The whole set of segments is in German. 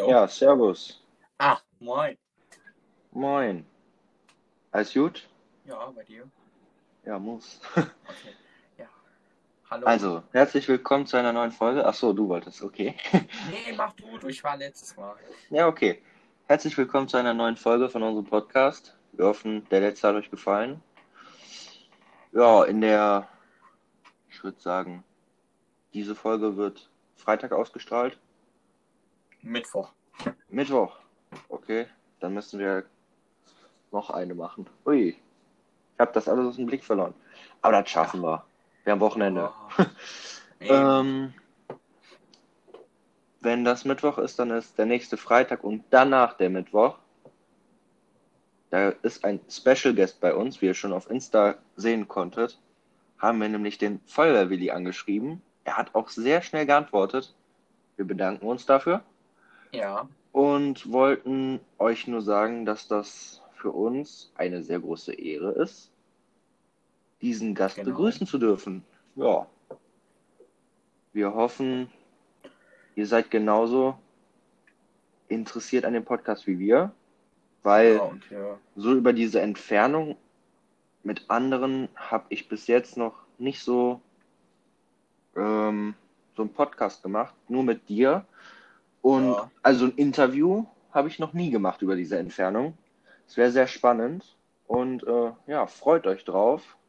Hallo? Ja, servus. Moin. Moin. Alles gut? Ja, bei dir? Ja, muss. Okay. Ja. Hallo. Also, herzlich willkommen zu einer neuen Folge. Ach so, du wolltest, okay. Nee, mach du, ich war letztes Mal. Ja, okay. Herzlich willkommen zu einer neuen Folge von unserem Podcast. Wir hoffen, der letzte hat euch gefallen. Ja, ich würde sagen, diese Folge wird Freitag ausgestrahlt. Mittwoch. Mittwoch. Okay, dann müssen wir noch eine machen. Ui, ich habe das alles aus dem Blick verloren. Aber das Ja. schaffen wir. Wir haben Wochenende. Ja. Eben. ähm, Wenn das Mittwoch ist, dann ist der nächste Freitag und danach der Mittwoch. Da ist ein Special Guest bei uns, wie ihr schon auf Insta sehen konntet. Haben wir nämlich den Feuerwehrwilli angeschrieben. Er hat auch sehr schnell geantwortet. Wir bedanken uns dafür Ja. und wollten euch nur sagen, dass das für uns eine sehr große Ehre ist, diesen Gast Genau. begrüßen zu dürfen. Ja, wir hoffen, ihr seid genauso interessiert an dem Podcast wie wir, Ja, weil und wir. so über diese Entfernung mit anderen habe ich bis jetzt noch nicht so einen Podcast gemacht, nur mit dir. Und Ja. also ein Interview habe ich noch nie gemacht über diese Entfernung. Es wäre sehr spannend und ja, freut euch drauf.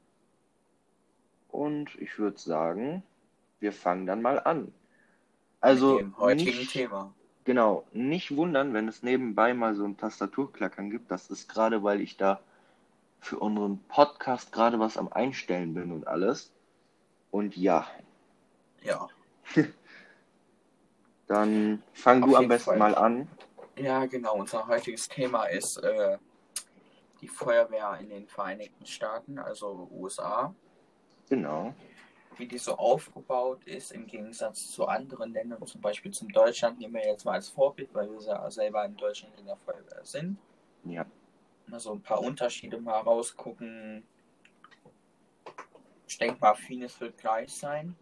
Und ich würde sagen, wir fangen dann mal an. Mit Also dem heutigen nicht, Thema. genau, nicht wundern, wenn es nebenbei mal so ein Tastaturklackern gibt. Das ist gerade, weil ich da für unseren Podcast gerade was am Einstellen bin und alles. Und ja, Ja. dann fang du Auf am jeden besten Fall. mal an. Ja, genau. Unser heutiges Thema ist die Feuerwehr in den Vereinigten Staaten, also USA. Genau, Wie die so aufgebaut ist im Gegensatz zu anderen Ländern, zum Beispiel zum Deutschland, nehmen wir jetzt mal als Vorbild, weil wir ja selber in Deutschland in der Feuerwehr sind. ja, Mal so ein paar Unterschiede mal rausgucken. Ich denke mal, vieles wird gleich sein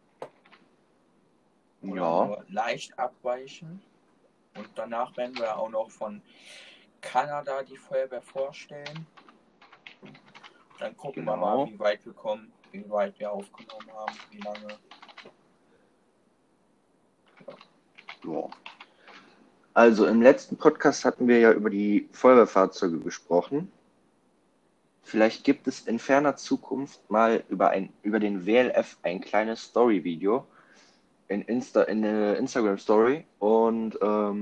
oder ja, nur leicht abweichen. Und danach werden wir auch noch von Kanada die Feuerwehr vorstellen. Dann gucken wir mal, genau, wie weit wir kommen, wie weit wir aufgenommen haben, wie lange. ja. Also im letzten Podcast hatten wir ja über die Feuerwehrfahrzeuge gesprochen. Vielleicht gibt es in ferner Zukunft mal über den WLF ein kleines Story-Video in eine Instagram-Story. Und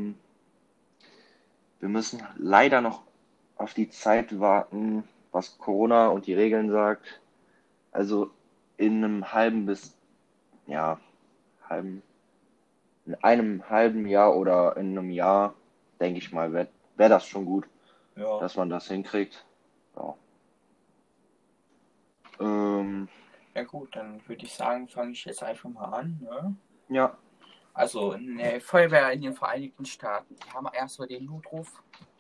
wir müssen leider noch auf die Zeit warten, was Corona und die Regeln sagt. Also in einem ja, halben, in einem halben Jahr oder in einem Jahr, denke ich mal, wär das schon gut, Ja, dass man das hinkriegt. Ja. Ähm, ja gut, dann würde ich sagen, fange ich jetzt einfach mal an. Ne? ja, Also in der Feuerwehr in den Vereinigten Staaten, die haben erstmal den Notruf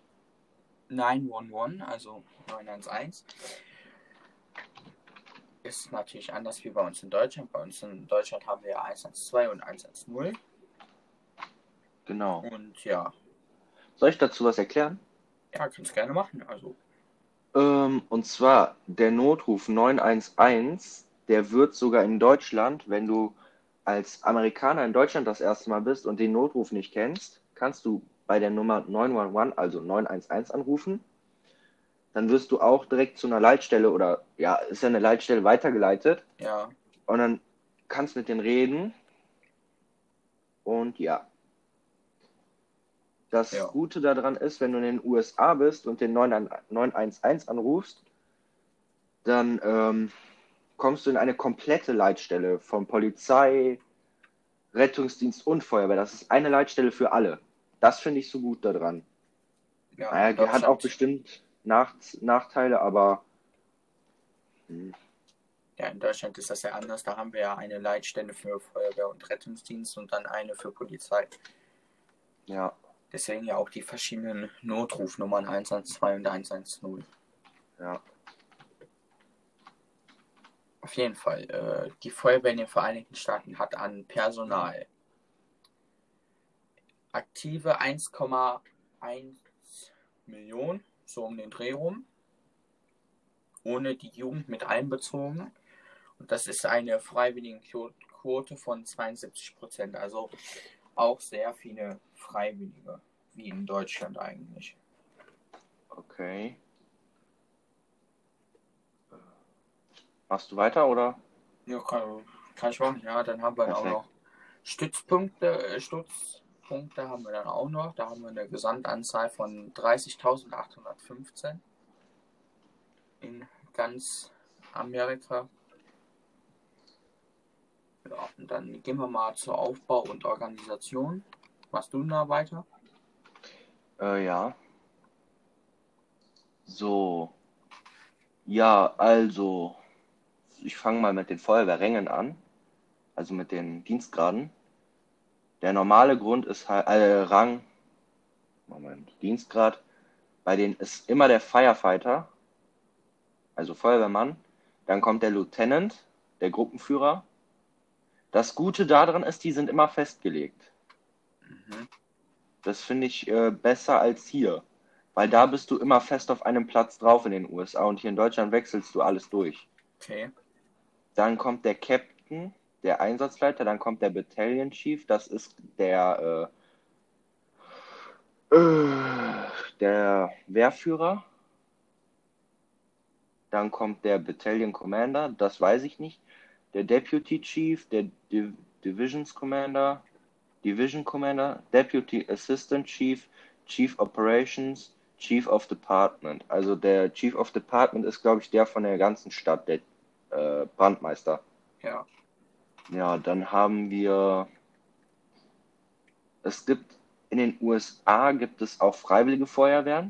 911, also 911. Ist natürlich anders wie bei uns in Deutschland. Bei uns in Deutschland haben wir ja 112 und 110. genau. Und ja, Soll ich dazu was erklären? ja, kannst gerne machen. Also, Und zwar der Notruf 911, der wird sogar in Deutschland, wenn du als Amerikaner in Deutschland das erste Mal bist und den Notruf nicht kennst, kannst du bei der Nummer 911, also 911 anrufen. Dann wirst du auch direkt zu einer Leitstelle oder ja, ist ja eine Leitstelle weitergeleitet ja, und dann kannst mit denen reden und ja. Das ja, Gute daran ist, wenn du in den USA bist und den 911 anrufst, dann kommst du in eine komplette Leitstelle von Polizei, Rettungsdienst und Feuerwehr. Das ist eine Leitstelle für alle. Das finde ich so gut daran. ja, in Naja, hat auch Deutschland, bestimmt Nachteile, aber ja, in Deutschland ist das ja anders. Da haben wir ja eine Leitstelle für Feuerwehr und Rettungsdienst und dann eine für Polizei. ja, Deswegen ja auch die verschiedenen Notrufnummern 112 und 110. ja, Auf jeden Fall, die Feuerwehr in den Vereinigten Staaten hat an Personal aktive 1,1 Millionen, so um den Dreh rum, ohne die Jugend mit einbezogen. Und das ist eine freiwillige Quote von 72%, also auch sehr viele Freiwillige, wie in Deutschland eigentlich. Okay. Machst du weiter oder? Ja, kann ich machen, ja, dann haben wir auch Perfekt. noch Stützpunkte haben wir dann auch noch. Da haben wir eine Gesamtanzahl von 30.815 in ganz Amerika. Ja, und dann gehen wir mal zur Aufbau und Organisation. Machst du da weiter? Ja. So. Ja, also, ich fange mal mit den Feuerwehrrängen an, also mit den Dienstgraden. Der normale Grund ist halt, Dienstgrad, bei denen ist immer der Firefighter, also Feuerwehrmann. Dann kommt der Lieutenant, der Gruppenführer. Das Gute daran ist, die sind immer festgelegt. Mhm. Das finde ich besser als hier, weil da bist du immer fest auf einem Platz drauf in den USA und hier in Deutschland wechselst du alles durch. Okay. Dann kommt der Captain, der Einsatzleiter, dann kommt der Battalion Chief, das ist der Wehrführer. Dann kommt der Battalion Commander, das weiß ich nicht. Der Deputy Chief, der Division Commander, Deputy Assistant Chief, Chief Operations, Chief of Department. Also der Chief of Department ist, glaube ich, der von der ganzen Stadt, der Brandmeister. Ja. Ja, dann haben wir, in den USA gibt es auch freiwillige Feuerwehren.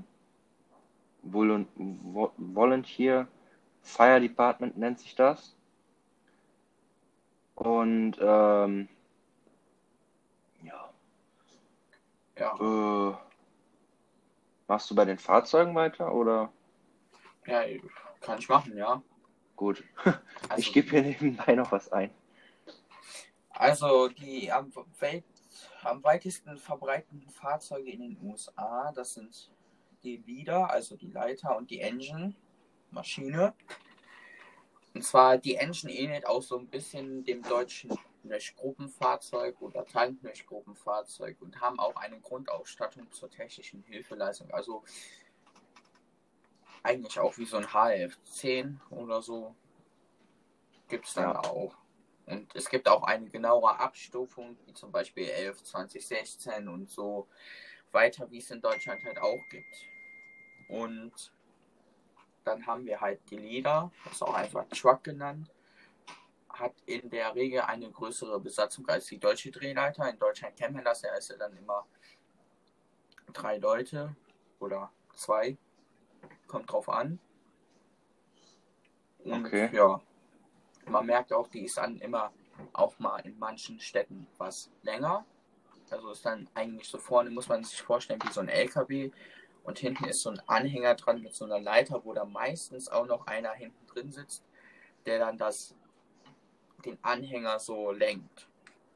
Volunteer Fire Department nennt sich das. Und Ja. Machst du bei den Fahrzeugen weiter oder? Ja, kann ich machen, ja. Gut. Also, Ich gebe hier nebenbei noch was ein. Also die am weitesten verbreiteten Fahrzeuge in den USA, das sind die Leader, also die Leiter, und die Engine, Maschine. Und zwar die Engine ähnelt auch so ein bisschen dem deutschen Löschgruppenfahrzeug oder Tanklöschgruppenfahrzeug und haben auch eine Grundausstattung zur technischen Hilfeleistung. Also eigentlich auch wie so ein HF10 oder so gibt es dann Ja. auch. Und es gibt auch eine genauere Abstufung, wie zum Beispiel 11, 20, 16 und so weiter, wie es in Deutschland halt auch gibt. Und dann haben wir halt die Leader, das ist auch einfach Truck genannt, hat in der Regel eine größere Besatzung als die deutsche Drehleiter. In Deutschland kennen wir das ja, ist ja dann immer 3 Leute oder 2, kommt drauf an. Und Okay. ja, man merkt auch, die ist dann immer auch mal in manchen Städten was länger. Also ist dann eigentlich so vorne, muss man sich vorstellen, wie so ein LKW. Und hinten ist so ein Anhänger dran mit so einer Leiter, wo da meistens auch noch einer hinten drin sitzt, der dann den Anhänger so lenkt.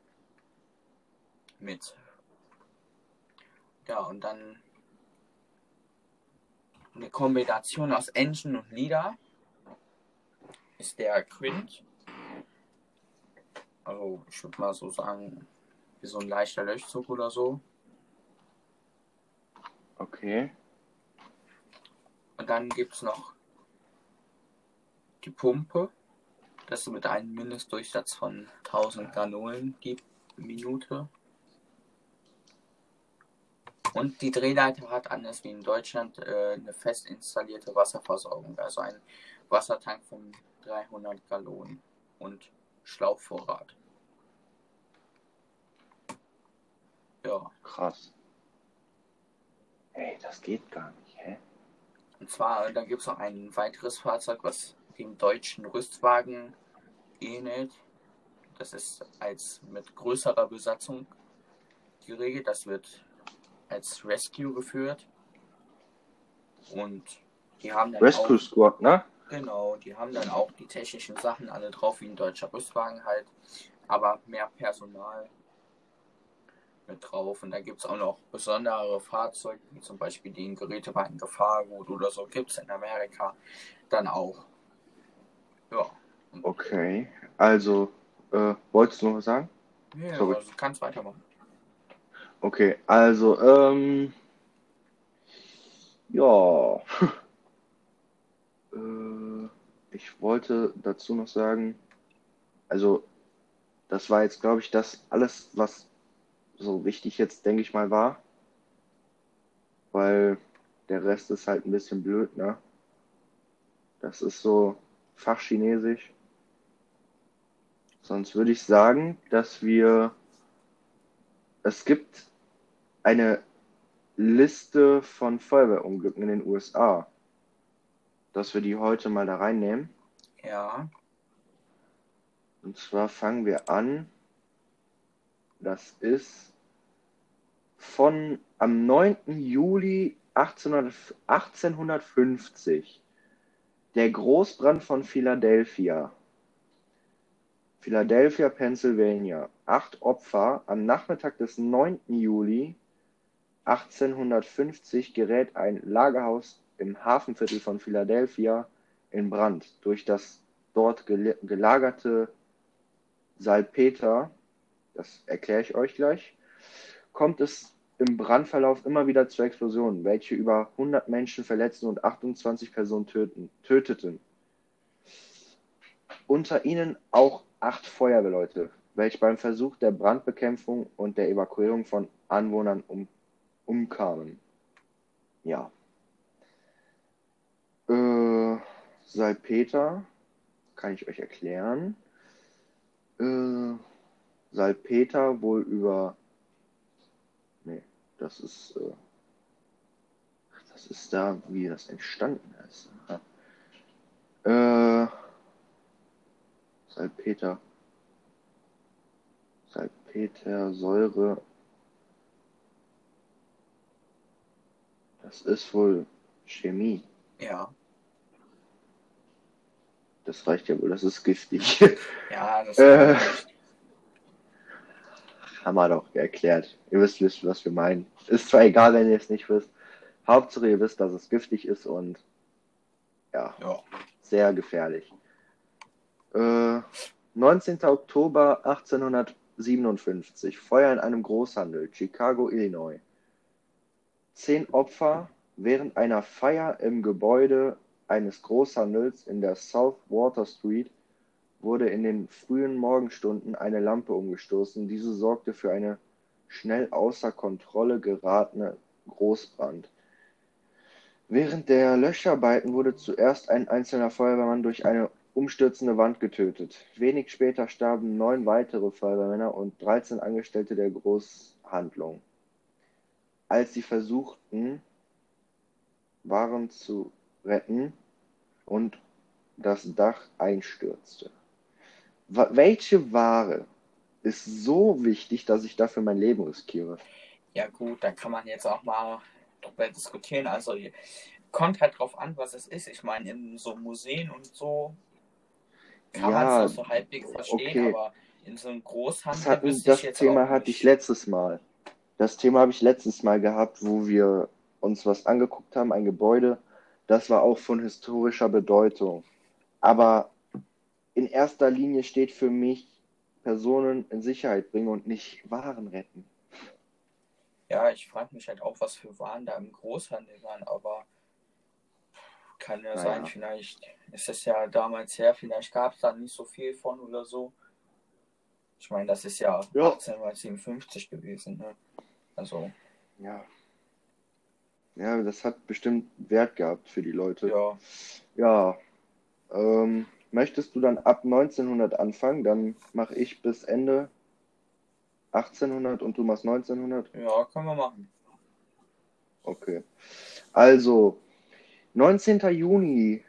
Mit. Ja, und dann eine Kombination aus Engine und Leader ist der Quint. Also ich würde mal so sagen, wie so ein leichter Löschzug oder so. Okay. Und dann gibt es noch die Pumpe. Das mit einem Mindestdurchsatz von 1000 Granolen die Minute. Und die Drehleiter hat anders wie in Deutschland eine fest installierte Wasserversorgung, also ein Wassertank von 300 Gallonen und Schlauchvorrat. Ja. Krass. Ey, das geht gar nicht, hä? Und zwar, dann gibt es noch ein weiteres Fahrzeug, was dem deutschen Rüstwagen ähnelt. Das ist als mit größerer Besatzung geregelt. Das wird als Rescue geführt. Und die haben dann Rescue auch, Squad, ne? genau, die haben dann auch die technischen Sachen alle drauf, wie ein deutscher Rüstwagen halt, aber mehr Personal. mit drauf. Und da gibt es auch noch besondere Fahrzeuge, wie zum Beispiel den Gerätewagen Gefahrgut oder so, gibt es in Amerika dann auch. Ja. Okay. Also, wolltest du noch was sagen? Ja, Sorry. also kannst weitermachen. Okay, also, ja. Ich wollte dazu noch sagen, also, das war jetzt, glaube ich, das alles, was so wichtig jetzt, denke ich mal, war, weil der Rest ist halt ein bisschen blöd, ne? Das ist so Fachchinesisch. Sonst würde ich sagen, es gibt eine Liste von Feuerwehrunglücken in den USA, dass wir die heute mal da reinnehmen. Ja, Und zwar fangen wir an, das ist von am 9. Juli 1850, der Großbrand von Philadelphia. Philadelphia, Pennsylvania. 8 Opfer. Am Nachmittag des 9. Juli 1850 gerät ein Lagerhaus im Hafenviertel von Philadelphia in Brand. Durch das dort gelagerte Salpeter, das erkläre ich euch gleich, kommt es im Brandverlauf immer wieder zu Explosionen, welche über 100 Menschen verletzten und 28 Personen töteten. Unter ihnen auch 8 Feuerwehrleute, welche beim Versuch der Brandbekämpfung und der Evakuierung von Anwohnern umkamen. Ja. Salpeter kann ich euch erklären. Salpeter wohl über. Nee, das ist da, wie das entstanden ist. Salpeter. Salpetersäure. Das ist wohl Chemie. ja. Das reicht ja wohl, das ist giftig. Ja, das reicht. Haben wir doch erklärt. Ihr wisst, was wir meinen. Ist zwar egal, wenn ihr es nicht wisst. Hauptsache, ihr wisst, dass es giftig ist und ja, sehr gefährlich. 19. Oktober 1857. Feuer in einem Großhandel, Chicago, Illinois. 10 Opfer während einer Feier im Gebäude eines Großhandels in der South Water Street wurde in den frühen Morgenstunden eine Lampe umgestoßen. Diese sorgte für eine schnell außer Kontrolle geratene Großbrand. Während der Löscharbeiten wurde zuerst ein einzelner Feuerwehrmann durch eine umstürzende Wand getötet. Wenig später starben 9 weitere Feuerwehrmänner und 13 Angestellte der Großhandlung, als sie versuchten, Waren zu retten und das Dach einstürzte. Welche Ware ist so wichtig, dass ich dafür mein Leben riskiere? Ja gut, da kann man jetzt auch mal drüber diskutieren. Also kommt halt drauf an, was es ist. Ich meine, in so Museen und so kann man es Ja, noch so halbwegs verstehen, okay. aber in so einem Großhandel wüsste ich Das jetzt Thema auch hatte ich nicht. letztes Mal. Das Thema habe ich letztes Mal gehabt, wo wir uns was angeguckt haben, ein Gebäude. Das war auch von historischer Bedeutung. Aber in erster Linie steht für mich Personen in Sicherheit bringen und nicht Waren retten. Ja, ich frage mich halt auch, was für Waren da im Großhandel waren, aber kann ja sein, Naja. vielleicht ist es ja damals her, vielleicht gab es da nicht so viel von oder so. Ich meine, das ist ja 1857 gewesen, ne? Also, Ja. Ja, das hat bestimmt Wert gehabt für die Leute. ja. Ja. Möchtest du dann ab 1900 anfangen? Dann mache ich bis Ende 1800 und du machst 1900? Ja, können wir machen. Okay. Also, 19. Juni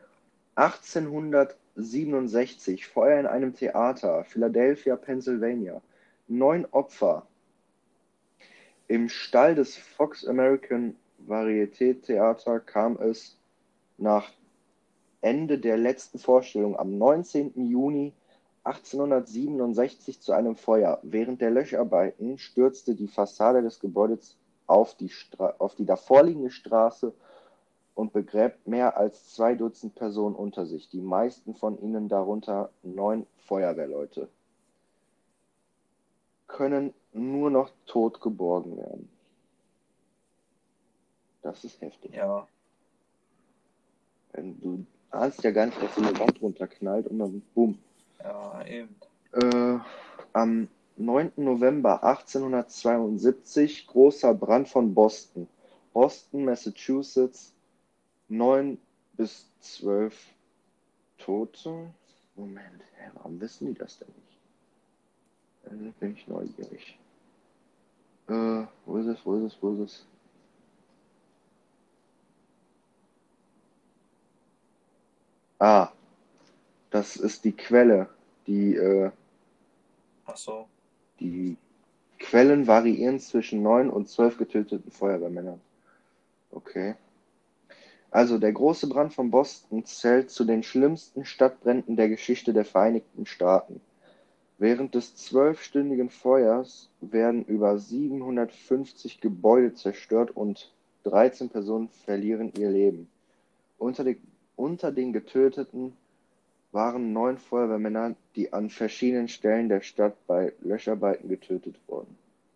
1867, Feuer in einem Theater, Philadelphia, Pennsylvania. 9 Opfer. Im Stall des Fox American Variety Theater kam es nach Ende der letzten Vorstellung am 19. Juni 1867 zu einem Feuer. Während der Löscharbeiten stürzte die Fassade des Gebäudes auf die davorliegende Straße und begräbt mehr als 2 Dutzend Personen unter sich, die meisten von ihnen, darunter 9 Feuerwehrleute, können nur noch tot geborgen werden. Das ist heftig. Ja. Du ahnst ja gar nicht, dass so eine Wand runterknallt und dann bumm. Ja, eben. Am 9. November 1872 großer Brand von Boston. Boston, Massachusetts, 9 bis 12 Tote. Moment, warum wissen die das denn nicht? Da bin ich neugierig. Wo ist es? Ah, das ist die Quelle. Ach so. Die Quellen variieren zwischen 9 und 12 getöteten Feuerwehrmännern. Okay. Also, der große Brand von Boston zählt zu den schlimmsten Stadtbränden der Geschichte der Vereinigten Staaten. Während des 12-stündigen Feuers werden über 750 Gebäude zerstört und 13 Personen verlieren ihr Leben. Unter den Getöteten waren 9 Feuerwehrmänner, die an verschiedenen Stellen der Stadt bei Löscharbeiten getötet wurden.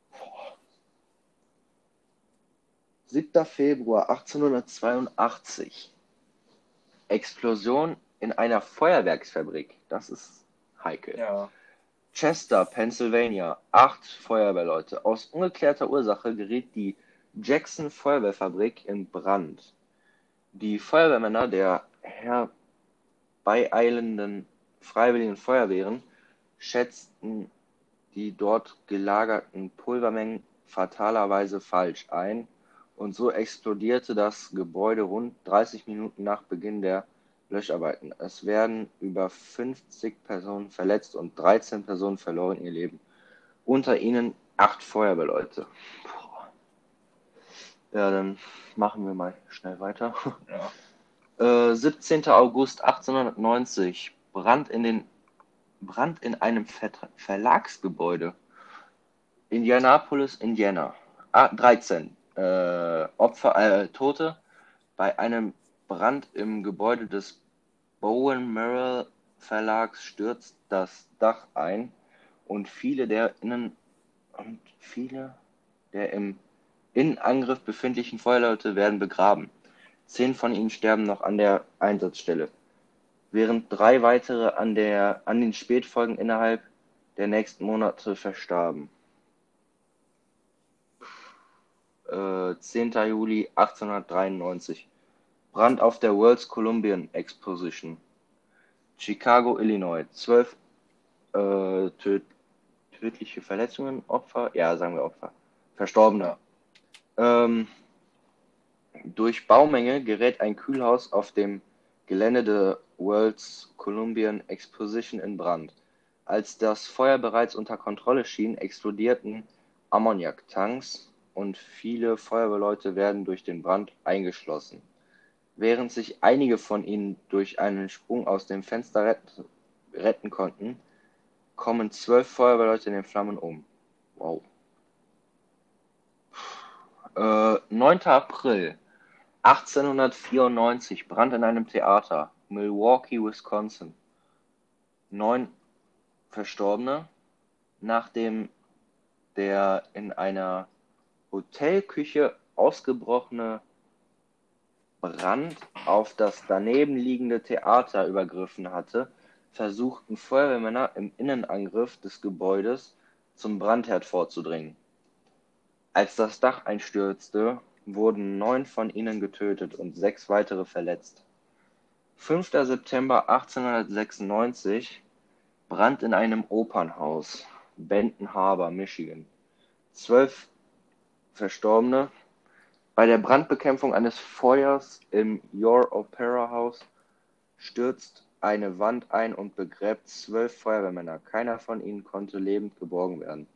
7. Februar 1882. Explosion in einer Feuerwerksfabrik. Das ist heikel. Ja. Chester, Pennsylvania. 8 Feuerwehrleute. Aus ungeklärter Ursache geriet die Jackson Feuerwehrfabrik in Brand. Die Feuerwehrmänner der herbeieilenden Freiwilligen Feuerwehren schätzten die dort gelagerten Pulvermengen fatalerweise falsch ein und so explodierte das Gebäude rund 30 Minuten nach Beginn der Löscharbeiten. Es werden über 50 Personen verletzt und 13 Personen verloren ihr Leben. Unter ihnen 8 Feuerwehrleute. Ja, dann machen wir mal schnell weiter. Ja. 17. August 1890. Brand in einem Verlagsgebäude. Indianapolis, Indiana. 13 Tote bei einem Brand im Gebäude des Bowen Merrill Verlags stürzt das Dach ein und viele der im Innenangriff befindlichen Feuerleute werden begraben. 10 von ihnen sterben noch an der Einsatzstelle, während 3 weitere an den Spätfolgen innerhalb der nächsten Monate verstarben. 10. Juli 1893. Brand auf der World's Columbian Exposition. Chicago, Illinois. 12 tödliche Verletzungen, Opfer. Ja, sagen wir Opfer. Verstorbene. Ja. Durch Baumenge gerät ein Kühlhaus auf dem Gelände der World's Columbian Exposition in Brand. Als das Feuer bereits unter Kontrolle schien, explodierten Ammoniaktanks und viele Feuerwehrleute werden durch den Brand eingeschlossen. Während sich einige von ihnen durch einen Sprung aus dem Fenster retten konnten, kommen 12 Feuerwehrleute in den Flammen um. Wow. 9. April 1894. Brand in einem Theater. Milwaukee, Wisconsin. 9 Verstorbene, nachdem der in einer Hotelküche ausgebrochene Brand auf das daneben liegende Theater übergriffen hatte, versuchten Feuerwehrmänner im Innenangriff des Gebäudes zum Brandherd vorzudringen. Als das Dach einstürzte, wurden 9 von ihnen getötet und 6 weitere verletzt. 5. September 1896. Brand in einem Opernhaus, Benton Harbor, Michigan. 12 Verstorbene. Bei der Brandbekämpfung eines Feuers im Your Opera House stürzt eine Wand ein und begräbt 12 Feuerwehrmänner. Keiner von ihnen konnte lebend geborgen werden.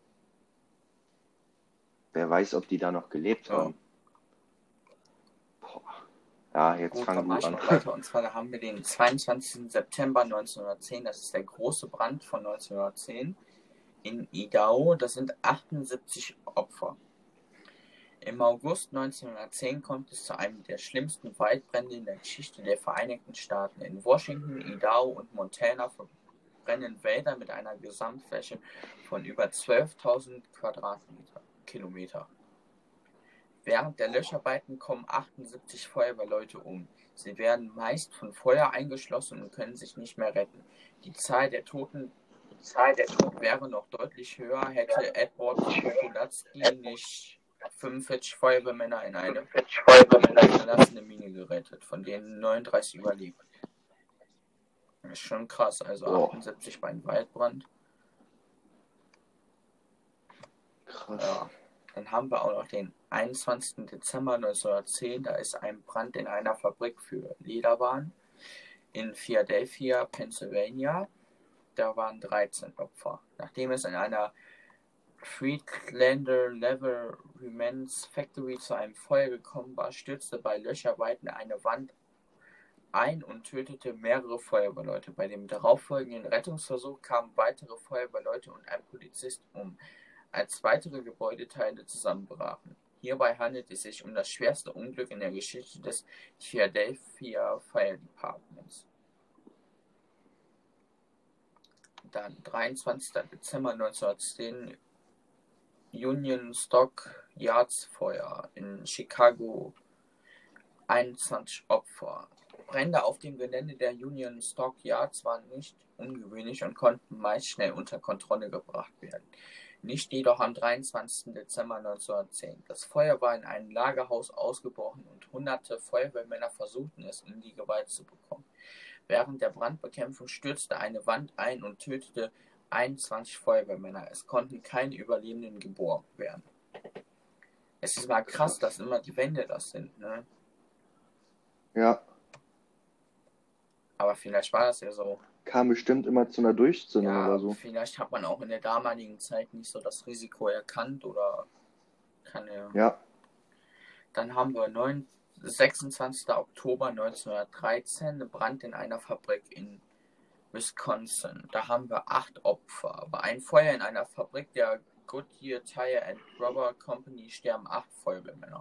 Wer weiß, ob die da noch gelebt haben. Boah. Ja, jetzt Gut, fang dann du mache ich an. mal weiter. Und zwar da haben wir den 22. September 1910. Das ist der große Brand von 1910 in Idaho. Das sind 78 Opfer. Im August 1910 kommt es zu einem der schlimmsten Waldbrände in der Geschichte der Vereinigten Staaten. In Washington, Idaho und Montana verbrennen Wälder mit einer Gesamtfläche von über 12.000 Quadratkilometer. Während der Löscharbeiten kommen 78 Feuerwehrleute um. Sie werden meist von Feuer eingeschlossen und können sich nicht mehr retten. Die Zahl der Toten wäre noch deutlich höher, hätte Edward Pulaski nicht 45 Feuerwehrmänner in eine verlassene Mine gerettet, von denen 39 überlebt. Das ist schon krass, also Boah. 78 bei einem Waldbrand. Krass. Ja. Dann haben wir auch noch den 21. Dezember 1910, da ist ein Brand in einer Fabrik für Lederwaren in Philadelphia, Pennsylvania. Da waren 13 Opfer. Nachdem es in einer Friedlander Leather Remnants Factory zu einem Feuer gekommen war, stürzte bei Löscharbeiten eine Wand ein und tötete mehrere Feuerwehrleute. Bei dem darauffolgenden Rettungsversuch kamen weitere Feuerwehrleute und ein Polizist um, als weitere Gebäudeteile zusammenbrachen. Hierbei handelt es sich um das schwerste Unglück in der Geschichte des Philadelphia Fire Departments. Dann 23. Dezember 1910 Union Stock Yards Feuer in Chicago, 21 Opfer. Brände auf dem Gelände der Union Stock Yards waren nicht ungewöhnlich und konnten meist schnell unter Kontrolle gebracht werden. Nicht jedoch am 23. Dezember 1910. Das Feuer war in einem Lagerhaus ausgebrochen und hunderte Feuerwehrmänner versuchten es in die Gewalt zu bekommen. Während der Brandbekämpfung stürzte eine Wand ein und tötete 21 Feuerwehrmänner. Es konnten keine Überlebenden geborgen werden. Es ist mal krass, dass immer die Wände das sind, ne? Ja, Aber vielleicht war das ja so. kam bestimmt immer zu einer Durchzündung Ja, oder so. vielleicht hat man auch in der damaligen Zeit nicht so das Risiko erkannt oder keine. Ja, Dann haben wir 26. Oktober 1913, Brand in einer Fabrik in Wisconsin. Da haben wir 8 Opfer. Bei einem Feuer in einer Fabrik der Goodyear Tire and Rubber Company sterben 8 Feuerwehrmänner.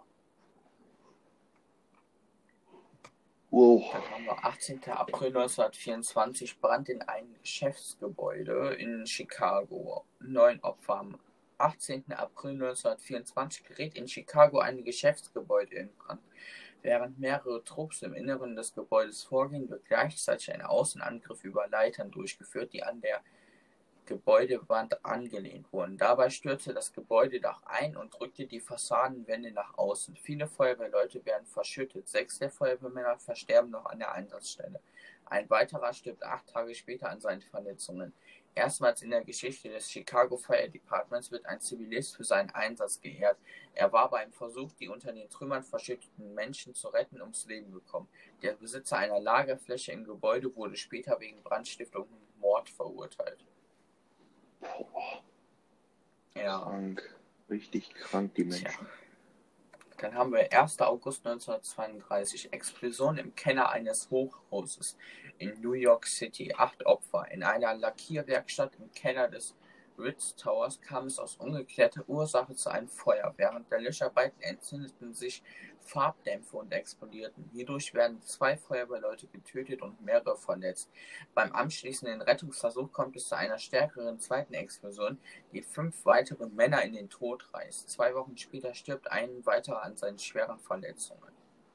wow. Dann haben wir 18. April 1924, Brand in einem Geschäftsgebäude in Chicago. 9 Opfer. Am 18. April 1924 gerät in Chicago ein Geschäftsgebäude in Brand. Während mehrere Trupps im Inneren des Gebäudes vorgingen, wird gleichzeitig ein Außenangriff über Leitern durchgeführt, die an der Gebäudewand angelehnt wurden. Dabei stürzte das Gebäudedach ein und drückte die Fassadenwände nach außen. Viele Feuerwehrleute werden verschüttet. 6 der Feuerwehrmänner versterben noch an der Einsatzstelle. Ein weiterer stirbt 8 Tage später an seinen Verletzungen. Erstmals in der Geschichte des Chicago Fire Departments wird ein Zivilist für seinen Einsatz geehrt. Er war beim Versuch, die unter den Trümmern verschütteten Menschen zu retten, ums Leben gekommen. Der Besitzer einer Lagerfläche im Gebäude wurde später wegen Brandstiftung und Mord verurteilt. Boah, Ja. krank. Richtig krank, die Menschen. Dann haben wir 1. August 1932. Explosion im Keller eines Hochhauses in New York City. 8 Opfer. In einer Lackierwerkstatt im Keller des Ritz Towers kam es aus ungeklärter Ursache zu einem Feuer. Während der Löscharbeiten entzündeten sich Farbdämpfe und explodierten. Hierdurch werden 2 Feuerwehrleute getötet und mehrere verletzt. Beim anschließenden Rettungsversuch kommt es zu einer stärkeren zweiten Explosion, die 5 weitere Männer in den Tod reißt. 2 Wochen später stirbt ein weiterer an seinen schweren Verletzungen.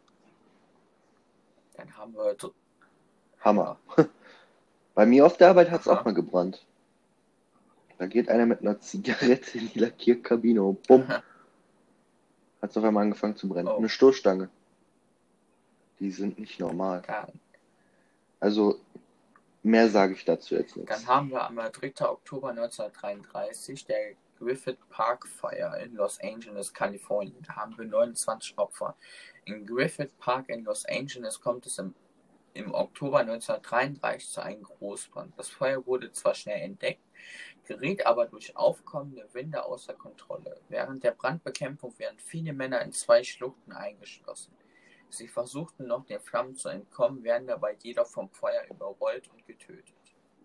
Dann haben wir... Hammer. Bei mir auf der Arbeit hat es Aha. auch mal gebrannt. Da geht einer mit einer Zigarette in die Lackierkabine und bumm, hat es auf einmal angefangen zu brennen. Oh. Eine Stoßstange. Die sind nicht normal. Ja, Also, mehr sage ich dazu jetzt nichts. dann haben wir am 3. Oktober 1933 der Griffith Park Fire in Los Angeles, Kalifornien. Da haben wir 29 Opfer. In Griffith Park in Los Angeles kommt es im Oktober 1933 zu einem Großbrand. Das Feuer wurde zwar schnell entdeckt, geriet aber durch aufkommende Winde außer Kontrolle. Während der Brandbekämpfung werden viele Männer in 2 Schluchten eingeschlossen. Sie versuchten noch den Flammen zu entkommen, werden dabei jedoch vom Feuer überrollt und getötet.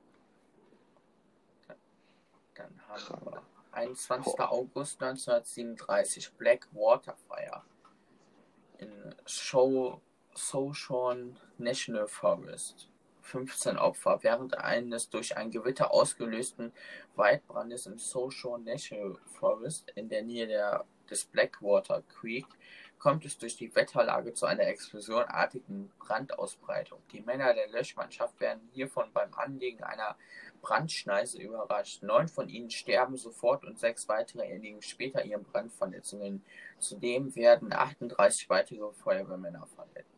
Dann haben wir 21. August 1937, Blackwater Fire in Shoshone National Forest. 15 Opfer. Während eines durch ein Gewitter ausgelösten Waldbrandes im Shoshone National Forest in der Nähe des Blackwater Creek kommt es durch die Wetterlage zu einer explosionartigen Brandausbreitung. Die Männer der Löschmannschaft werden hiervon beim Anlegen einer Brandschneise überrascht. 9 von ihnen sterben sofort und 6 weitere erliegen später ihren Brandverletzungen. Zudem werden 38 weitere Feuerwehrmänner verletzt.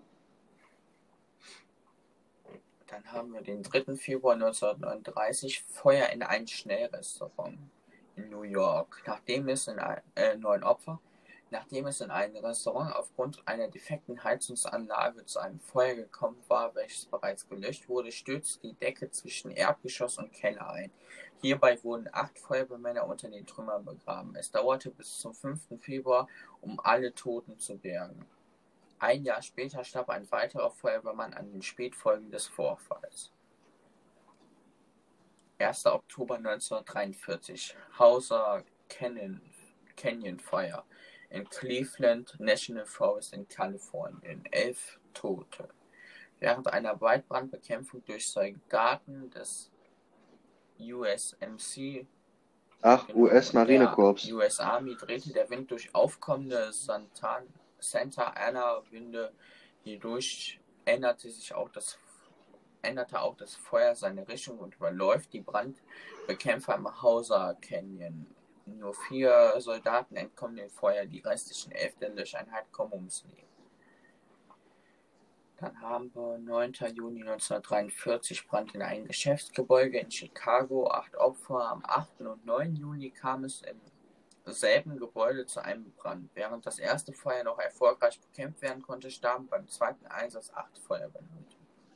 Dann haben wir den 3. Februar 1939, Feuer in ein Schnellrestaurant in New York. 9 Opfer. Nachdem es in einem Restaurant aufgrund einer defekten Heizungsanlage zu einem Feuer gekommen war, welches bereits gelöscht wurde, stürzte die Decke zwischen Erdgeschoss und Keller ein. Hierbei wurden 8 Feuerwehrmänner unter den Trümmern begraben. Es dauerte bis zum 5. Februar, um alle Toten zu bergen. Ein Jahr später starb ein weiterer Feuerwehrmann an den Spätfolgen des Vorfalls. 1. Oktober 1943, Hauser Canyon Fire in Cleveland National Forest in Kalifornien. 11 Tote. Während einer Waldbrandbekämpfung durch Soldaten des USMC, US-Marinekorps. der US Army, drehte der Wind durch aufkommende Santa Ana Winde. Hierdurch änderte auch das Feuer seine Richtung und überläuft die Brandbekämpfer im Hauser Canyon. Nur 4 Soldaten entkommen dem Feuer, die restlichen 11 der Löscheinheit kommen ums Leben. Dann haben wir 9. Juni 1943, Brand in einem Geschäftsgebäude in Chicago, 8 Opfer. Am 8. und 9. Juli kam es im selben Gebäude zu einem Brand. Während das erste Feuer noch erfolgreich bekämpft werden konnte, starben beim zweiten Einsatz 8 Feuerwehrleute.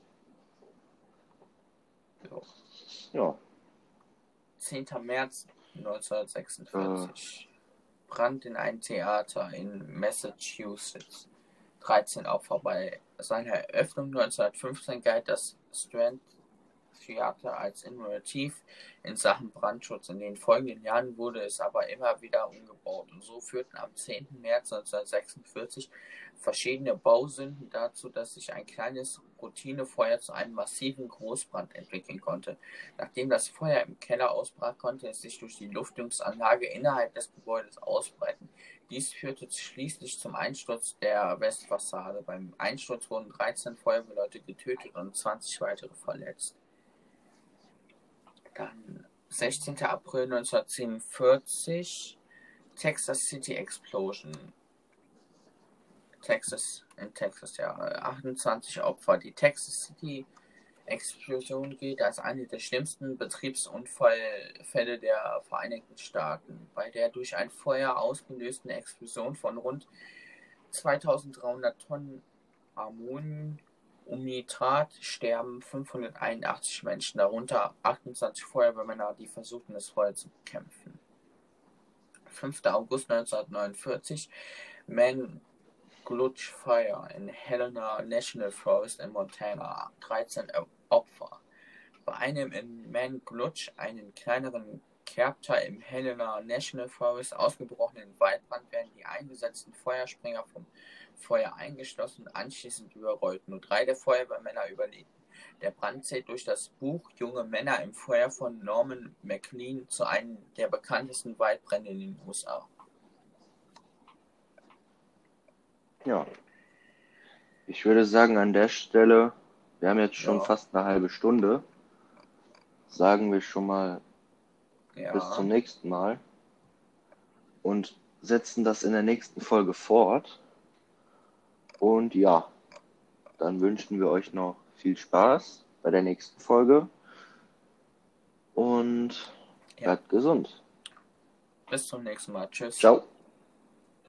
Ja. 10. März 1946. Brand in einem Theater in Massachusetts. 13 Opfer. Bei seiner Eröffnung 1915 galt das Strand Theater als innovativ in Sachen Brandschutz. In den folgenden Jahren wurde es aber immer wieder umgebaut und so führten am 10. März 1946 verschiedene Bausünden dazu, dass sich ein kleines Routinefeuer zu einem massiven Großbrand entwickeln konnte. Nachdem das Feuer im Keller ausbrach, konnte es sich durch die Lüftungsanlage innerhalb des Gebäudes ausbreiten. Dies führte schließlich zum Einsturz der Westfassade. Beim Einsturz wurden 13 Feuerwehrleute getötet und 20 weitere verletzt. Dann 16. April 1947, Texas City Explosion. In Texas, ja. 28 Opfer. Die Texas City Explosion gilt als eine der schlimmsten Betriebsunfallfälle der Vereinigten Staaten. Bei der durch ein Feuer ausgelösten Explosion von rund 2300 Tonnen Ammoniumnitrat sterben 581 Menschen, darunter 28 Feuerwehrmänner, die versuchten, das Feuer zu bekämpfen. 5. August 1949, Gulch Fire in Helena National Forest in Montana. 13 Opfer. Bei einem in Gulch, einen kleineren Kerbtal im Helena National Forest, ausgebrochenen Waldbrand werden die eingesetzten Feuerspringer vom Feuer eingeschlossen und anschließend überrollt. Nur 3 der Feuerwehrmänner überlebten. Der Brand zählt durch das Buch Junge Männer im Feuer von Norman MacLean zu einem der bekanntesten Waldbrände in den USA. Ja. Ich würde sagen, an der Stelle, wir haben jetzt schon fast eine halbe Stunde, sagen wir schon mal bis zum nächsten Mal und setzen das in der nächsten Folge fort. Und ja, dann wünschen wir euch noch viel Spaß bei der nächsten Folge und bleibt gesund. Bis zum nächsten Mal. Tschüss. Ciao.